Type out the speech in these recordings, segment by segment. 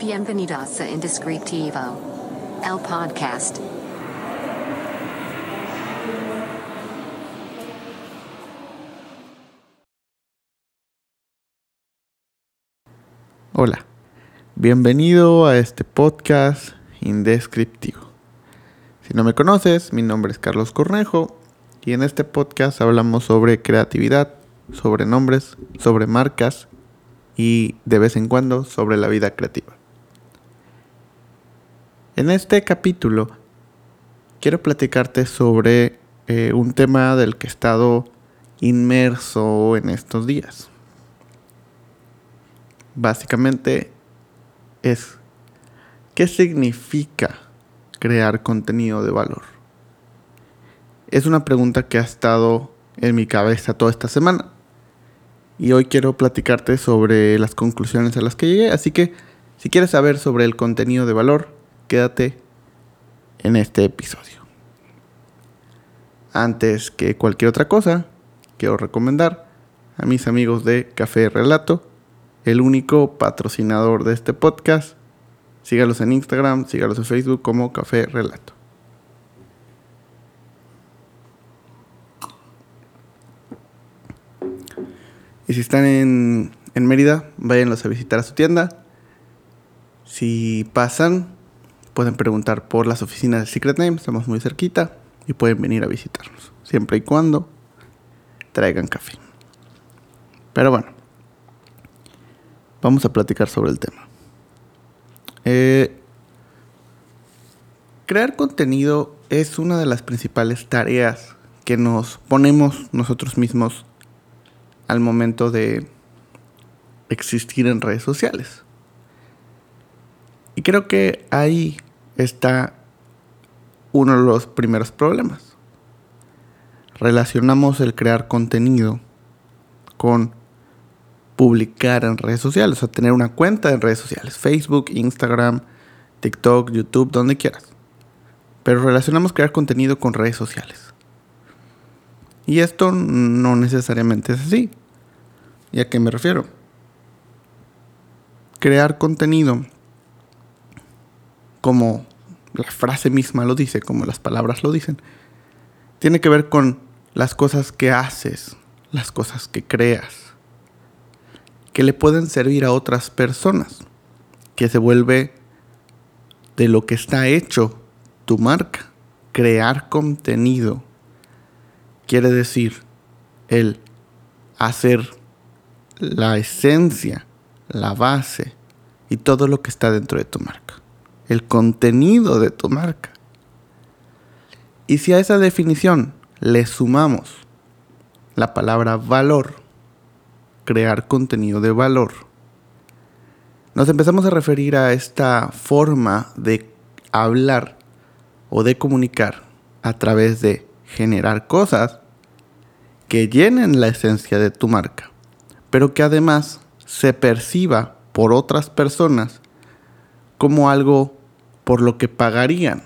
Bienvenidos a Indescriptivo, el podcast. Hola, bienvenido a este podcast Indescriptivo. Si no me conoces, mi nombre es Carlos Cornejo y en este podcast hablamos sobre creatividad, sobre nombres, sobre marcas y de vez en cuando sobre la vida creativa. En este capítulo quiero platicarte sobre un tema del que he estado inmerso en estos días. Básicamente es ¿qué significa crear contenido de valor? Es una pregunta que ha estado en mi cabeza toda esta semana y hoy quiero platicarte sobre las conclusiones a las que llegué, así que si quieres saber sobre el contenido de valor, quédate en este episodio. Antes que cualquier otra cosa, quiero recomendar a mis amigos de Café Relato, el único patrocinador de este podcast. Sígalos en Instagram, sígalos en Facebook como Café Relato. Y si están en Mérida, váyanlos a visitar a su tienda. Si pasan, pueden preguntar por las oficinas de Secret Name, estamos muy cerquita y pueden venir a visitarnos, siempre y cuando traigan café. Pero bueno, vamos a platicar sobre el tema. Crear contenido es una de las principales tareas que nos ponemos nosotros mismos al momento de existir en redes sociales. Y creo que ahí está uno de los primeros problemas. Relacionamos el crear contenido con publicar en redes sociales, o sea, tener una cuenta en redes sociales, Facebook, Instagram, TikTok, YouTube, donde quieras. Pero relacionamos crear contenido con redes sociales. Y esto no necesariamente es así. ¿Y a qué me refiero? Crear contenido, como la frase misma lo dice, como las palabras lo dicen, tiene que ver con las cosas que haces, las cosas que creas, que le pueden servir a otras personas, que se vuelve de lo que está hecho tu marca. Crear contenido quiere decir el hacer la esencia, la base y todo lo que está dentro de tu marca. El contenido de tu marca. Y si a esa definición le sumamos la palabra valor, crear contenido de valor, nos empezamos a referir a esta forma de hablar o de comunicar a través de generar cosas que llenen la esencia de tu marca, pero que además se perciba por otras personas como algo por lo que pagarían.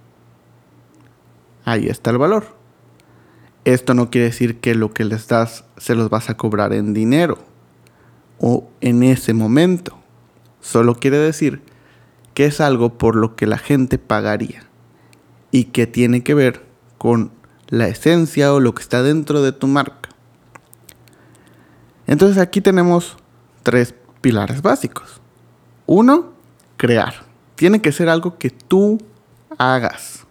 Ahí está el valor. Esto no quiere decir que lo que les das se los vas a cobrar en dinero o en ese momento. Solo quiere decir que es algo por lo que la gente pagaría y que tiene que ver con la esencia o lo que está dentro de tu marca. Entonces aquí tenemos 3 pilares básicos. 1, crear. Tiene que ser algo que tú hagas.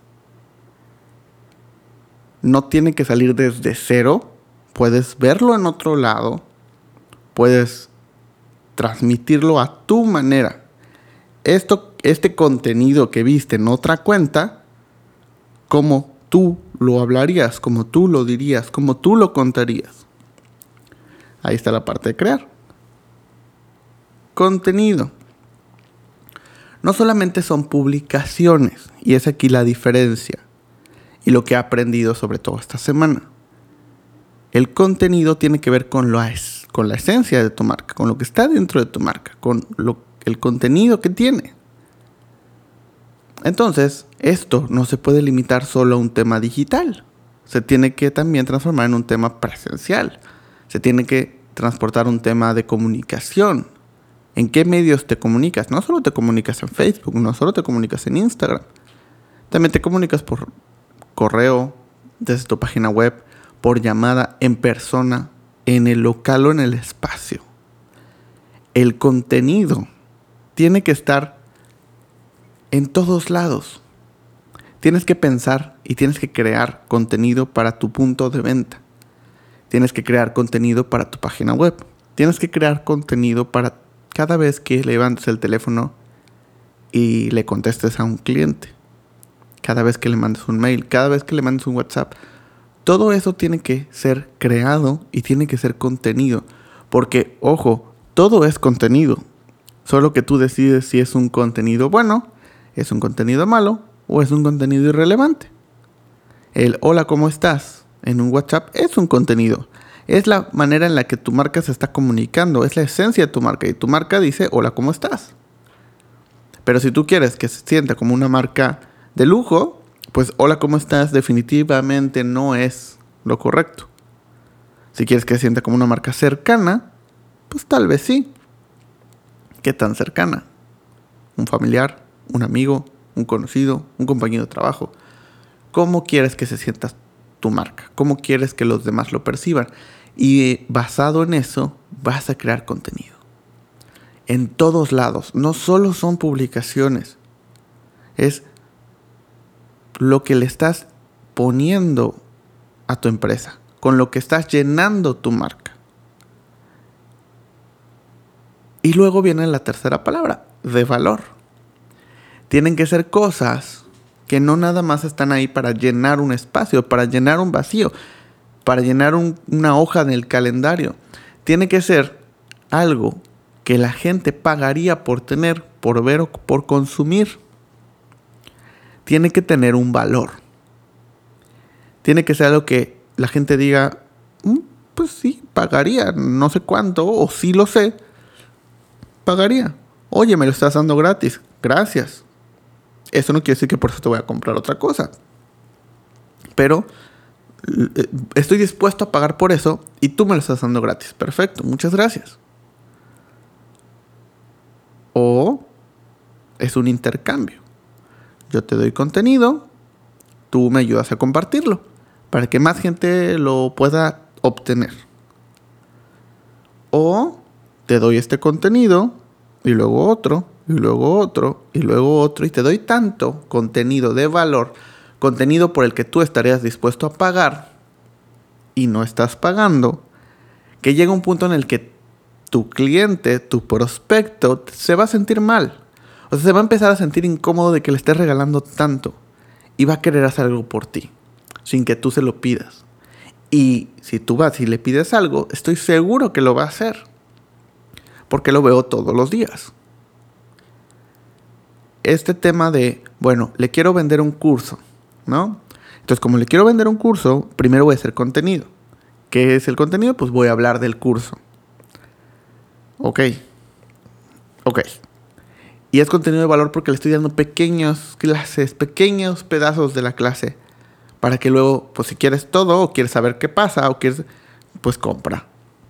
No tiene que salir desde cero. Puedes verlo en otro lado. Puedes transmitirlo a tu manera. Este contenido que viste en otra cuenta, como tú lo hablarías, como tú lo dirías, como tú lo contarías. Ahí está la parte de crear. Contenido. No solamente son publicaciones, y es aquí la diferencia, y lo que he aprendido sobre todo esta semana. El contenido tiene que ver con la esencia de tu marca, con lo que está dentro de tu marca, con el contenido que tiene. Entonces, esto no se puede limitar solo a un tema digital. Se tiene que también transformar en un tema presencial. Se tiene que transportar un tema de comunicación ¿En qué medios te comunicas? No solo te comunicas en Facebook, no solo te comunicas en Instagram. También te comunicas por correo, desde tu página web, por llamada, en persona, en el local o en el espacio. El contenido tiene que estar en todos lados. Tienes que pensar y tienes que crear contenido para tu punto de venta. Tienes que crear contenido para tu página web. Tienes que crear contenido para cada vez que levantes el teléfono y le contestes a un cliente. Cada vez que le mandes un mail, cada vez que le mandes un WhatsApp. Todo eso tiene que ser creado y tiene que ser contenido. Porque, ojo, todo es contenido. Solo que tú decides si es un contenido bueno, es un contenido malo o es un contenido irrelevante. El hola, ¿cómo estás? En un WhatsApp es un contenido. Es la manera en la que tu marca se está comunicando. Es la esencia de tu marca. Y tu marca dice, hola, ¿cómo estás? Pero si tú quieres que se sienta como una marca de lujo, pues hola, ¿cómo estás? Definitivamente no es lo correcto. Si quieres que se sienta como una marca cercana, pues tal vez sí. ¿Qué tan cercana? ¿Un familiar? ¿Un amigo? ¿Un conocido? ¿Un compañero de trabajo? ¿Cómo quieres que se sienta tu marca? ¿Cómo quieres que los demás lo perciban? Y basado en eso, vas a crear contenido. En todos lados. No solo son publicaciones. Es lo que le estás poniendo a tu empresa. Con lo que estás llenando tu marca. Y luego viene la tercera palabra, de valor. Tienen que ser cosas que no nada más están ahí para llenar un espacio, para llenar un vacío, para llenar una hoja en el calendario. Tiene que ser algo que la gente pagaría por tener, por ver o por consumir. Tiene que tener un valor. Tiene que ser algo que la gente diga, pues sí, pagaría, no sé cuánto, o sí lo sé, pagaría. Oye, me lo estás dando gratis, gracias. Eso no quiere decir que por eso te voy a comprar otra cosa. Pero estoy dispuesto a pagar por eso y tú me lo estás dando gratis. Perfecto, muchas gracias. O es un intercambio. Yo te doy contenido, tú me ayudas a compartirlo para que más gente lo pueda obtener. O te doy este contenido y luego otro, y luego otro, y luego otro, y te doy tanto contenido de valor, contenido por el que tú estarías dispuesto a pagar y no estás pagando, que llega un punto en el que tu cliente, tu prospecto, se va a sentir mal. O sea, se va a empezar a sentir incómodo de que le estés regalando tanto y va a querer hacer algo por ti, sin que tú se lo pidas. Y si tú vas y le pides algo, estoy seguro que lo va a hacer, porque lo veo todos los días. Este tema de, bueno, le quiero vender un curso, ¿no? Entonces, como le quiero vender un curso, primero voy a hacer contenido. ¿Qué es el contenido? Pues voy a hablar del curso. Ok. Y es contenido de valor porque le estoy dando pequeños clases, pequeños pedazos de la clase. Para que luego, pues si quieres todo, o quieres saber qué pasa, o quieres, pues compra.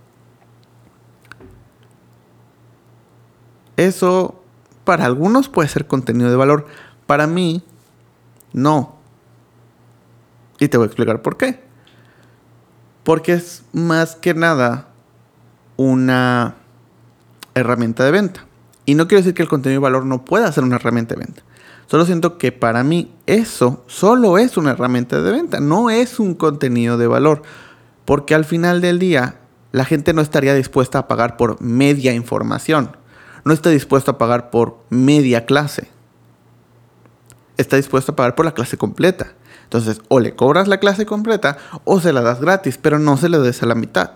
Eso para algunos puede ser contenido de valor. Para mí, no. Y te voy a explicar por qué. Porque es más que nada una herramienta de venta. Y no quiero decir que el contenido de valor no pueda ser una herramienta de venta. Solo siento que para mí eso solo es una herramienta de venta. No es un contenido de valor. Porque al final del día, la gente no estaría dispuesta a pagar por media información. No está dispuesta a pagar por media clase. Está dispuesta a pagar por la clase completa. Entonces, o le cobras la clase completa o se la das gratis, pero no se la des a la mitad.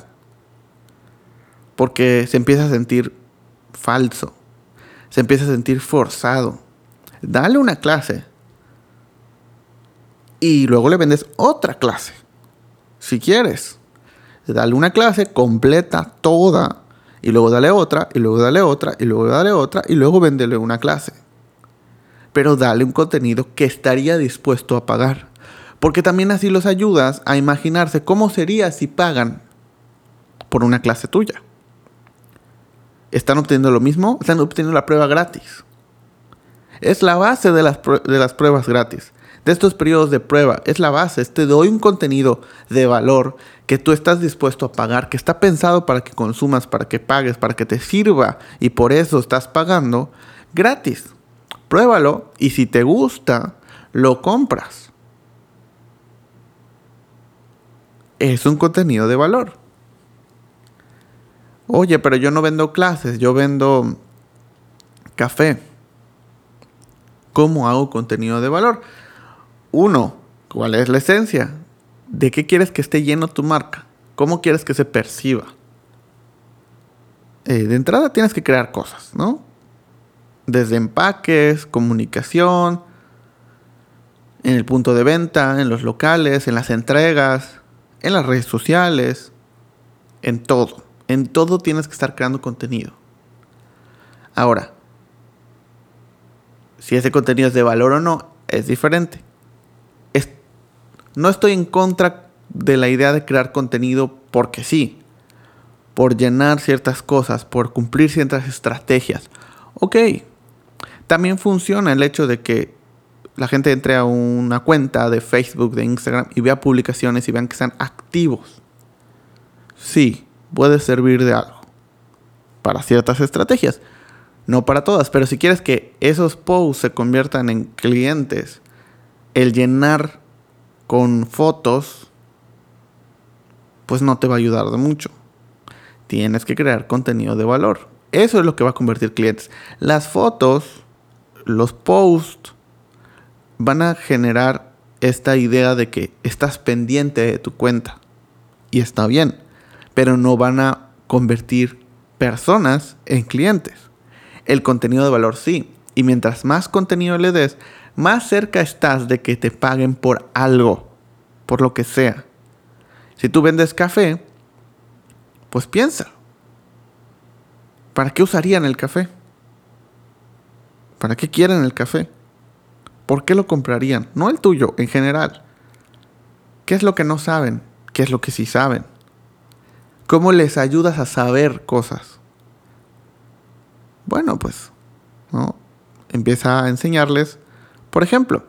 Porque se empieza a sentir falso. Se empieza a sentir forzado. Dale una clase y luego le vendes otra clase. Si quieres, dale una clase completa, toda, y luego dale otra, y luego dale otra, y luego dale otra, y luego véndele una clase. Pero dale un contenido que estaría dispuesto a pagar. Porque también así los ayudas a imaginarse cómo sería si pagan por una clase tuya. ¿Están obteniendo lo mismo? Están obteniendo la prueba gratis. Es la base de las pruebas gratis. De estos periodos de prueba, es la base. Te doy un contenido de valor que tú estás dispuesto a pagar, que está pensado para que consumas, para que pagues, para que te sirva, y por eso estás pagando gratis. Pruébalo y si te gusta, lo compras. Es un contenido de valor. Oye, pero yo no vendo clases, yo vendo café. ¿Cómo hago contenido de valor? 1. ¿Cuál es la esencia? ¿De qué quieres que esté lleno tu marca? ¿Cómo quieres que se perciba? De entrada tienes que crear cosas, ¿no? Desde empaques, comunicación, en el punto de venta, en los locales, en las entregas, en las redes sociales, en todo. En todo tienes que estar creando contenido. Ahora, si ese contenido es de valor o no, es diferente. No estoy en contra de la idea de crear contenido porque sí, por llenar ciertas cosas, por cumplir ciertas estrategias. Ok, también funciona el hecho de que la gente entre a una cuenta de Facebook, de Instagram y vea publicaciones y vean que están activos. Sí, puede servir de algo para ciertas estrategias. No para todas, pero si quieres que esos posts se conviertan en clientes, el llenar con fotos, pues no te va a ayudar de mucho. Tienes que crear contenido de valor. Eso es lo que va a convertir clientes. Las fotos, los posts, van a generar esta idea de que estás pendiente de tu cuenta. Y está bien, pero no van a convertir personas en clientes. El contenido de valor sí. Y mientras más contenido le des, más cerca estás de que te paguen por algo, por lo que sea. Si tú vendes café, pues piensa, ¿para qué usarían el café? ¿Para qué quieren el café? ¿Por qué lo comprarían? No el tuyo, en general. ¿Qué es lo que no saben? ¿Qué es lo que sí saben? ¿Cómo les ayudas a saber cosas? Bueno, pues, ¿no? Empieza a enseñarles. Por ejemplo,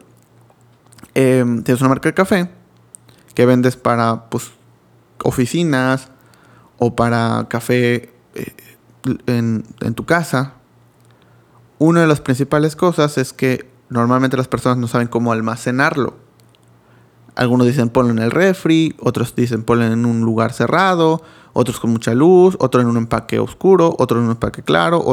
tienes una marca de café que vendes para, pues, oficinas o para café en tu casa. Una de las principales cosas es que normalmente las personas no saben cómo almacenarlo. Algunos dicen ponlo en el refri, otros dicen ponlo en un lugar cerrado, otros con mucha luz, otros en un empaque oscuro, otros en un empaque claro,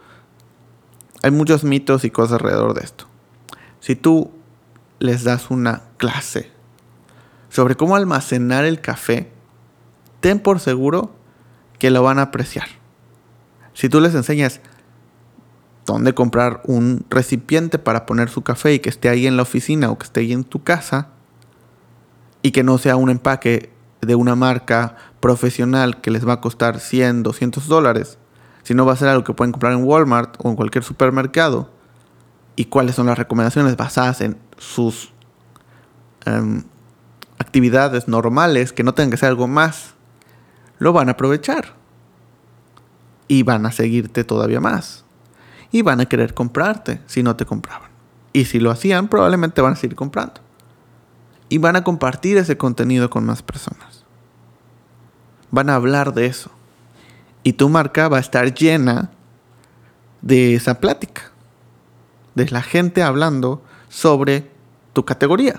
Hay muchos mitos y cosas alrededor de esto. Si tú les das una clase sobre cómo almacenar el café, ten por seguro que lo van a apreciar. Si tú les enseñas dónde comprar un recipiente para poner su café y que esté ahí en la oficina o que esté ahí en tu casa, y que no sea un empaque de una marca profesional que les va a costar $100, $200, sino va a ser algo que pueden comprar en Walmart o en cualquier supermercado, y cuáles son las recomendaciones basadas en sus actividades normales, que no tengan que ser algo más, lo van a aprovechar y van a seguirte todavía más y van a querer comprarte si no te compraban, y si lo hacían probablemente van a seguir comprando y van a compartir ese contenido con más personas, van a hablar de eso y tu marca va a estar llena de esa plática, de la gente hablando sobre tu categoría.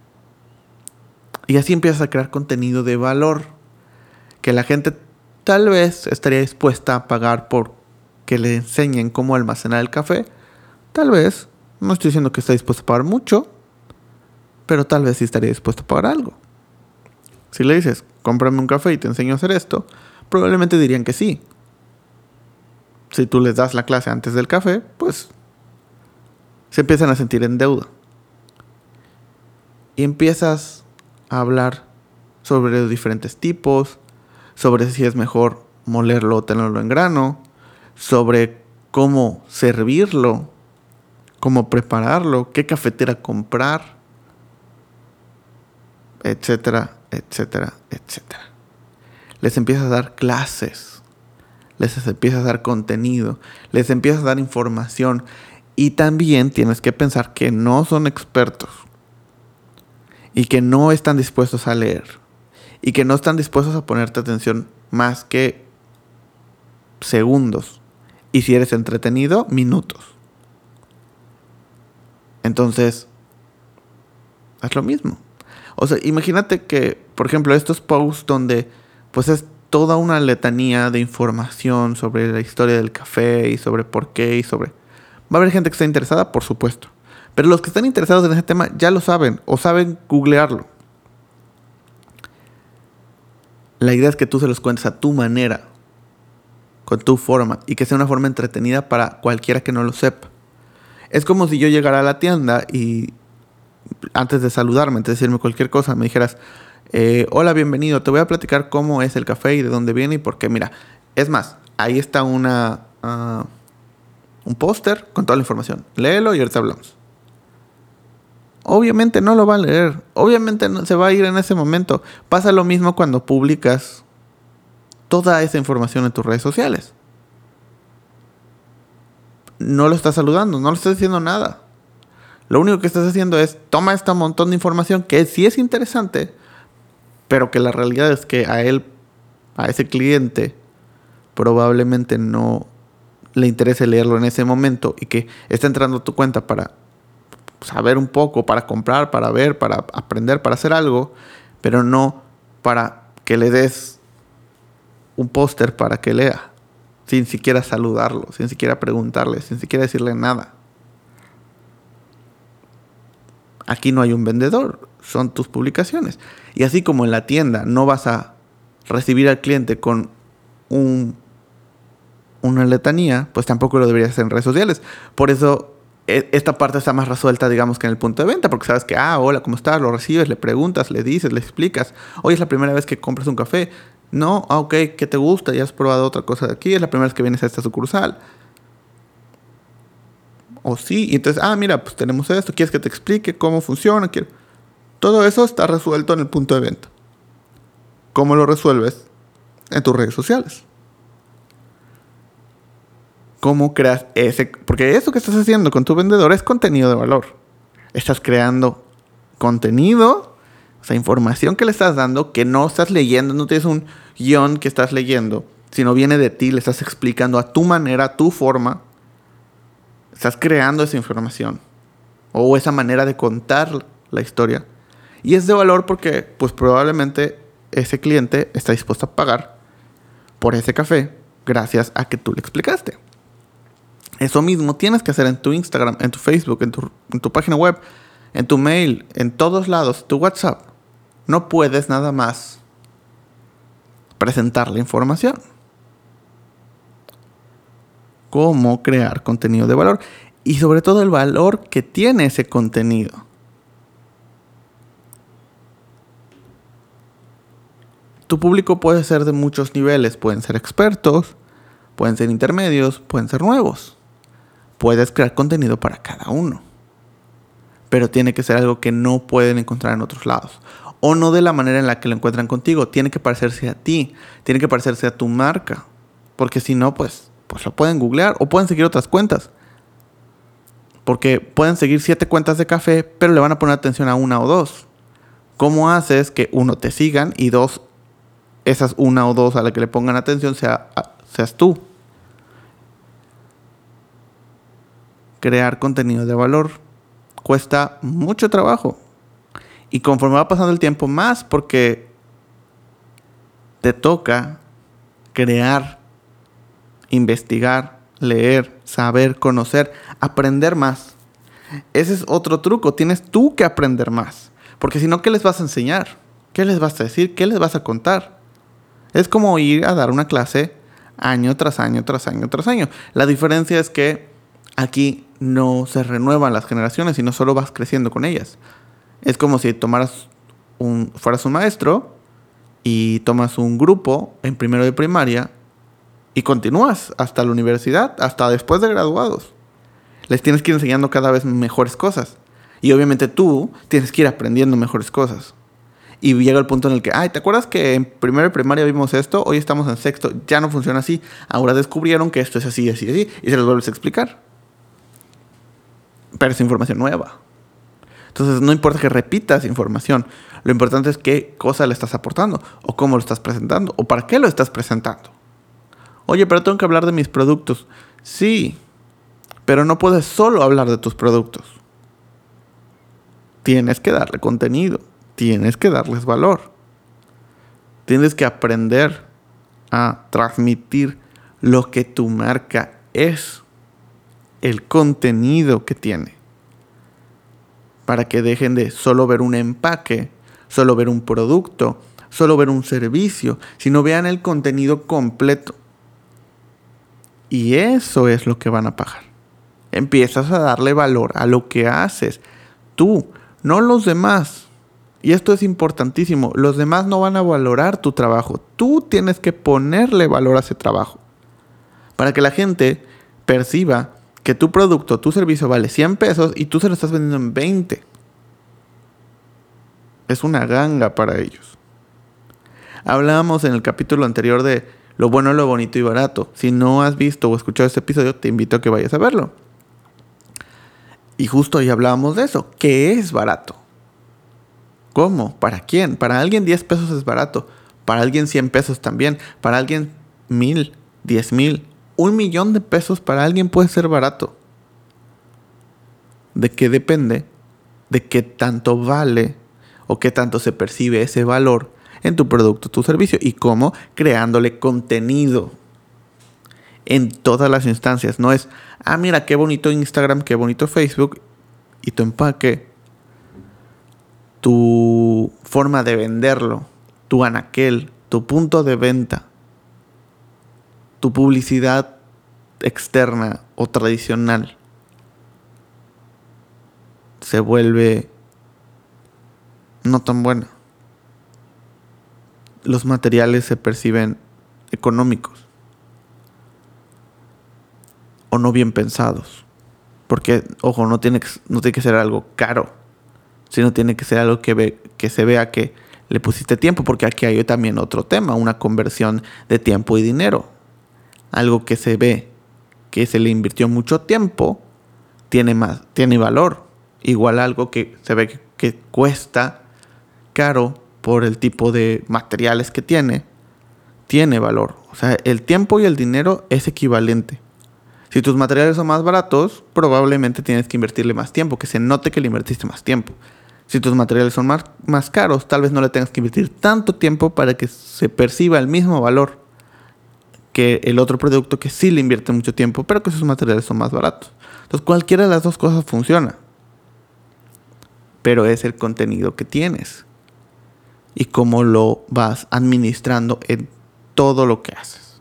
Y así empiezas a crear contenido de valor que la gente tal vez estaría dispuesta a pagar por que le enseñen cómo almacenar el café. Tal vez, no estoy diciendo que esté dispuesto a pagar mucho, pero tal vez sí estaría dispuesto a pagar algo. Si le dices, cómprame un café y te enseño a hacer esto, probablemente dirían que sí. Si tú les das la clase antes del café, pues se empiezan a sentir en deuda. Y empiezas a hablar sobre los diferentes tipos, sobre si es mejor molerlo o tenerlo en grano, sobre cómo servirlo, cómo prepararlo, qué cafetera comprar, etcétera, etcétera, etcétera. Les empiezas a dar clases les empiezas a dar contenido, les empiezas a dar información. Y también tienes que pensar que no son expertos y que no están dispuestos a leer y que no están dispuestos a ponerte atención más que segundos. Y si eres entretenido, minutos. Entonces, haz lo mismo. O sea, imagínate que, por ejemplo, estos posts donde pues es toda una letanía de información sobre la historia del café y sobre por qué y sobre... Va a haber gente que está interesada, por supuesto. Pero los que están interesados en ese tema ya lo saben o saben googlearlo. La idea es que tú se los cuentes a tu manera, con tu forma, y que sea una forma entretenida para cualquiera que no lo sepa. Es como si yo llegara a la tienda y antes de saludarme, antes de decirme cualquier cosa, me dijeras, hola, bienvenido, te voy a platicar cómo es el café y de dónde viene y por qué. Mira, es más, ahí está un póster con toda la información. Léelo y ahorita hablamos. Obviamente no lo va a leer. Obviamente no, se va a ir en ese momento. Pasa lo mismo cuando publicas toda esa información en tus redes sociales. No lo estás saludando, no le estás diciendo nada. Lo único que estás haciendo es toma este montón de información que sí es interesante, pero que la realidad es que a ese cliente, probablemente no le interese leerlo en ese momento y que está entrando a tu cuenta para saber un poco, para comprar, para ver, para aprender, para hacer algo, pero no para que le des un póster para que lea, sin siquiera saludarlo, sin siquiera preguntarle, sin siquiera decirle nada. Aquí no hay un vendedor, son tus publicaciones. Y así como en la tienda no vas a recibir al cliente con una letanía, pues tampoco lo deberías hacer en redes sociales. Por eso esta parte está más resuelta, digamos, que en el punto de venta, porque sabes que, hola, ¿cómo estás? Lo recibes, le preguntas, le dices, le explicas. Hoy es la primera vez que compras un café. No, ok, ¿qué te gusta? ¿Ya has probado otra cosa de aquí? Es la primera vez que vienes a esta sucursal. O sí, y entonces, mira, pues tenemos esto, ¿quieres que te explique cómo funciona? Todo eso está resuelto en el punto de venta. ¿Cómo lo resuelves? En tus redes sociales. ¿Cómo creas ese? Porque eso que estás haciendo con tu vendedor es contenido de valor. Estás creando contenido, o sea, información que le estás dando, que no estás leyendo, no tienes un guión que estás leyendo, sino viene de ti, le estás explicando a tu manera, a tu forma. Estás creando esa información o esa manera de contar la historia. Y es de valor porque pues probablemente ese cliente está dispuesto a pagar por ese café gracias a que tú le explicaste. Eso mismo tienes que hacer en tu Instagram, en tu Facebook, en tu página web, en tu mail, en todos lados, tu WhatsApp. No puedes nada más presentar la información. Cómo crear contenido de valor y sobre todo el valor que tiene ese contenido. Tu público puede ser de muchos niveles, pueden ser expertos, pueden ser intermedios, pueden ser nuevos. Puedes crear contenido para cada uno, pero tiene que ser algo que no pueden encontrar en otros lados o no de la manera en la que lo encuentran contigo. Tiene que parecerse a ti, tiene que parecerse a tu marca, porque si no, pues lo pueden googlear o pueden seguir otras cuentas. Porque pueden seguir 7 cuentas de café, pero le van a poner atención a 1 o 2. ¿Cómo haces que 1 te sigan y 2, esas 1 o 2 a la que le pongan atención seas tú? Crear contenido de valor cuesta mucho trabajo. Y conforme va pasando el tiempo más, porque te toca crear, investigar, leer, saber, conocer, aprender más. Ese es otro truco. Tienes tú que aprender más. Porque si no, ¿qué les vas a enseñar? ¿Qué les vas a decir? ¿Qué les vas a contar? Es como ir a dar una clase año tras año, tras año, tras año. La diferencia es que aquí no se renuevan las generaciones, sino solo vas creciendo con ellas. Es como si fueras un maestro y tomas un grupo en primero de primaria y continúas hasta la universidad, hasta después de graduados. Les tienes que ir enseñando cada vez mejores cosas. Y obviamente tú tienes que ir aprendiendo mejores cosas. Y llega el punto en el que, ¿te acuerdas que en primero de primaria vimos esto? Hoy estamos en sexto, ya no funciona así. Ahora descubrieron que esto es así, así, así. Y se los vuelves a explicar. Pero es información nueva. Entonces no importa que repitas información. Lo importante es qué cosa le estás aportando. O cómo lo estás presentando. O para qué lo estás presentando. Oye, pero tengo que hablar de mis productos. Sí, pero no puedes solo hablar de tus productos. Tienes que darle contenido. Tienes que darles valor. Tienes que aprender a transmitir lo que tu marca es. El contenido que tiene. Para que dejen de solo ver un empaque, solo ver un producto, solo ver un servicio, sino vean el contenido completo. Y eso es lo que van a pagar. Empiezas a darle valor a lo que haces. Tú, no los demás. Y esto es importantísimo. Los demás no van a valorar tu trabajo. Tú tienes que ponerle valor a ese trabajo. Para que la gente perciba que tu producto, tu servicio vale 100 pesos y tú se lo estás vendiendo en 20. Es una ganga para ellos. Hablábamos en el capítulo anterior de lo bueno, lo bonito y barato. Si no has visto o escuchado este episodio, te invito a que vayas a verlo. Y justo ahí hablábamos de eso. ¿Qué es barato? ¿Cómo? ¿Para quién? Para alguien 10 pesos es barato. Para alguien 100 pesos también. Para alguien 1,000, 10,000. 1,000,000 de pesos para alguien puede ser barato. ¿De qué depende? De qué tanto vale o qué tanto se percibe ese valor en tu producto, tu servicio. Y cómo creándole contenido en todas las instancias. No es, mira qué bonito Instagram, qué bonito Facebook. Y tu empaque, tu forma de venderlo, tu anaquel, tu punto de venta, tu publicidad externa o tradicional se vuelve no tan buena. Los materiales se perciben económicos o no bien pensados. Porque, ojo, no tiene que ser algo caro, sino tiene que ser algo que se vea que le pusiste tiempo, porque aquí hay también otro tema, una conversión de tiempo y dinero. Algo que se ve que se le invirtió mucho tiempo tiene valor. Igual algo que se ve que cuesta caro por el tipo de materiales que tiene valor. O sea, el tiempo y el dinero es equivalente. Si tus materiales son más baratos, probablemente tienes que invertirle más tiempo, que se note que le invertiste más tiempo. Si tus materiales son más caros, tal vez no le tengas que invertir tanto tiempo para que se perciba el mismo valor que el otro producto que sí le invierte mucho tiempo, pero que sus materiales son más baratos. Entonces, cualquiera de las dos cosas funciona. Pero es el contenido que tienes y cómo lo vas administrando en todo lo que haces.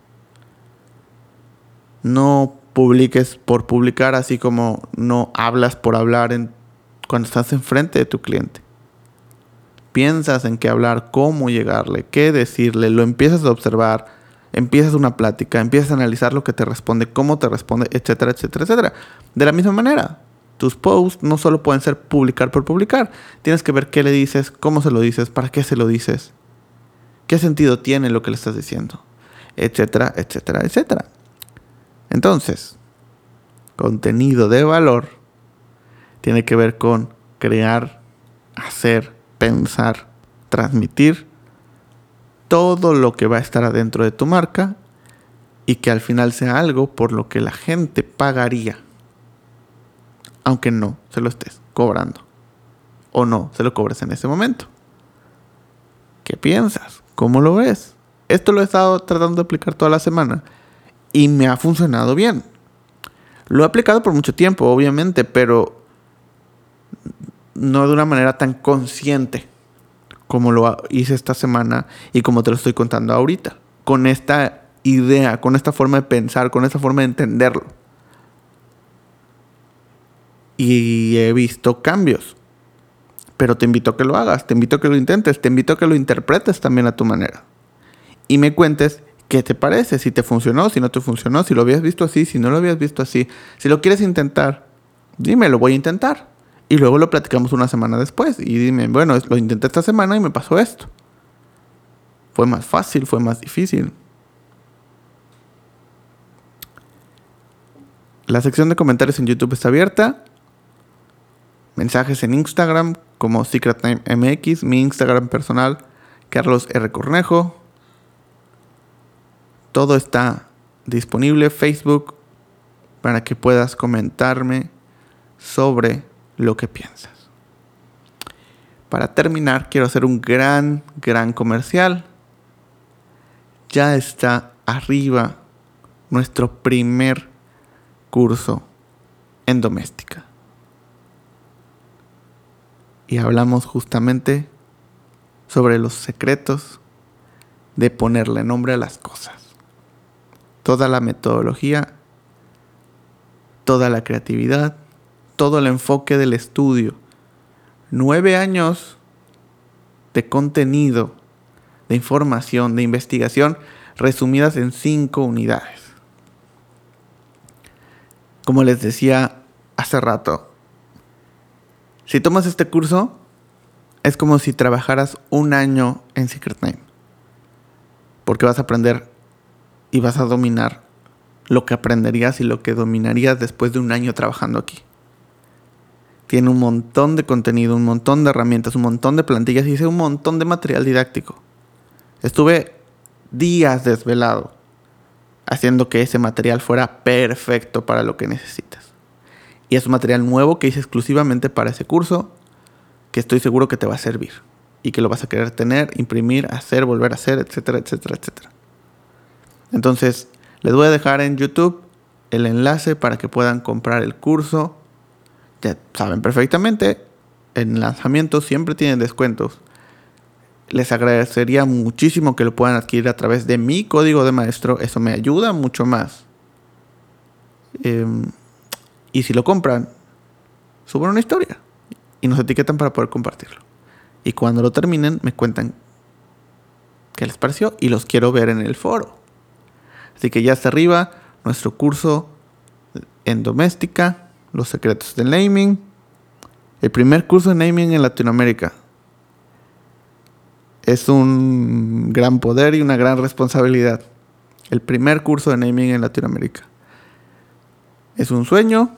No publiques por publicar, así como no hablas por hablar cuando estás enfrente de tu cliente. Piensas en qué hablar, cómo llegarle, qué decirle, lo empiezas a observar. Empiezas una plática, empiezas a analizar lo que te responde, cómo te responde, etcétera, etcétera, etcétera. De la misma manera, tus posts no solo pueden ser publicar por publicar. Tienes que ver qué le dices, cómo se lo dices, para qué se lo dices, qué sentido tiene lo que le estás diciendo, etcétera, etcétera, etcétera. Entonces, contenido de valor tiene que ver con crear, hacer, pensar, transmitir todo lo que va a estar adentro de tu marca y que al final sea algo por lo que la gente pagaría, aunque no se lo estés cobrando o no se lo cobres en ese momento. ¿Qué piensas? ¿Cómo lo ves? Esto lo he estado tratando de aplicar toda la semana y me ha funcionado bien. Lo he aplicado por mucho tiempo, obviamente, pero no de una manera tan consciente como lo hice esta semana y como te lo estoy contando ahorita. Con esta idea, con esta forma de pensar, con esta forma de entenderlo. Y he visto cambios. Pero te invito a que lo hagas, te invito a que lo intentes, te invito a que lo interpretes también a tu manera. Y me cuentes qué te parece, si te funcionó, si no te funcionó, si lo habías visto así, si no lo habías visto así. Si lo quieres intentar, dime, lo voy a intentar. Y luego lo platicamos una semana después. Y dime, bueno, lo intenté esta semana y me pasó esto. Fue más fácil, fue más difícil. La sección de comentarios en YouTube está abierta. Mensajes en Instagram como SecretNameMX. Mi Instagram personal, Carlos R. Cornejo. Todo está disponible. Facebook, para que puedas comentarme sobre lo que piensas. Para terminar, quiero hacer un gran comercial. Ya está arriba nuestro primer curso en doméstica. Y hablamos justamente sobre los secretos de ponerle nombre a las cosas. Toda la metodología, toda la creatividad, todo el enfoque del estudio. 9 años de contenido, de información, de investigación, resumidas en 5 unidades. Como les decía hace rato, si tomas este curso, es como si trabajaras 1 año en Secret Name. Porque vas a aprender y vas a dominar lo que aprenderías y lo que dominarías después de 1 año trabajando aquí. Tiene un montón de contenido, un montón de herramientas, un montón de plantillas y hice un montón de material didáctico. Estuve días desvelado haciendo que ese material fuera perfecto para lo que necesitas. Y es un material nuevo que hice exclusivamente para ese curso, que estoy seguro que te va a servir y que lo vas a querer tener, imprimir, hacer, volver a hacer, etcétera, etcétera, etcétera. Entonces, les voy a dejar en YouTube el enlace para que puedan comprar el curso. Ya saben perfectamente, en lanzamientos siempre tienen descuentos. Les agradecería muchísimo que lo puedan adquirir a través de mi código de maestro. Eso me ayuda mucho más. Y si lo compran, suban una historia y nos etiquetan para poder compartirlo. Y cuando lo terminen, me cuentan qué les pareció y los quiero ver en el foro. Así que ya está arriba nuestro curso en doméstica, los secretos del naming. El primer curso de naming en Latinoamérica. Es un gran poder y una gran responsabilidad. El primer curso de naming en Latinoamérica. Es un sueño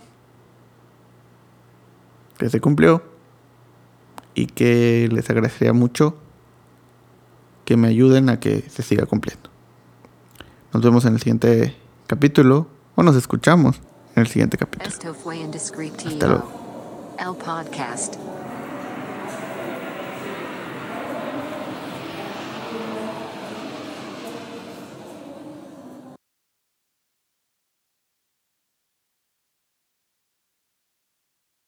que se cumplió y que les agradecería mucho que me ayuden a que se siga cumpliendo. Nos vemos en el siguiente capítulo o nos escuchamos en el siguiente capítulo. Esto fue Indescriptivo. Hasta luego. El podcast.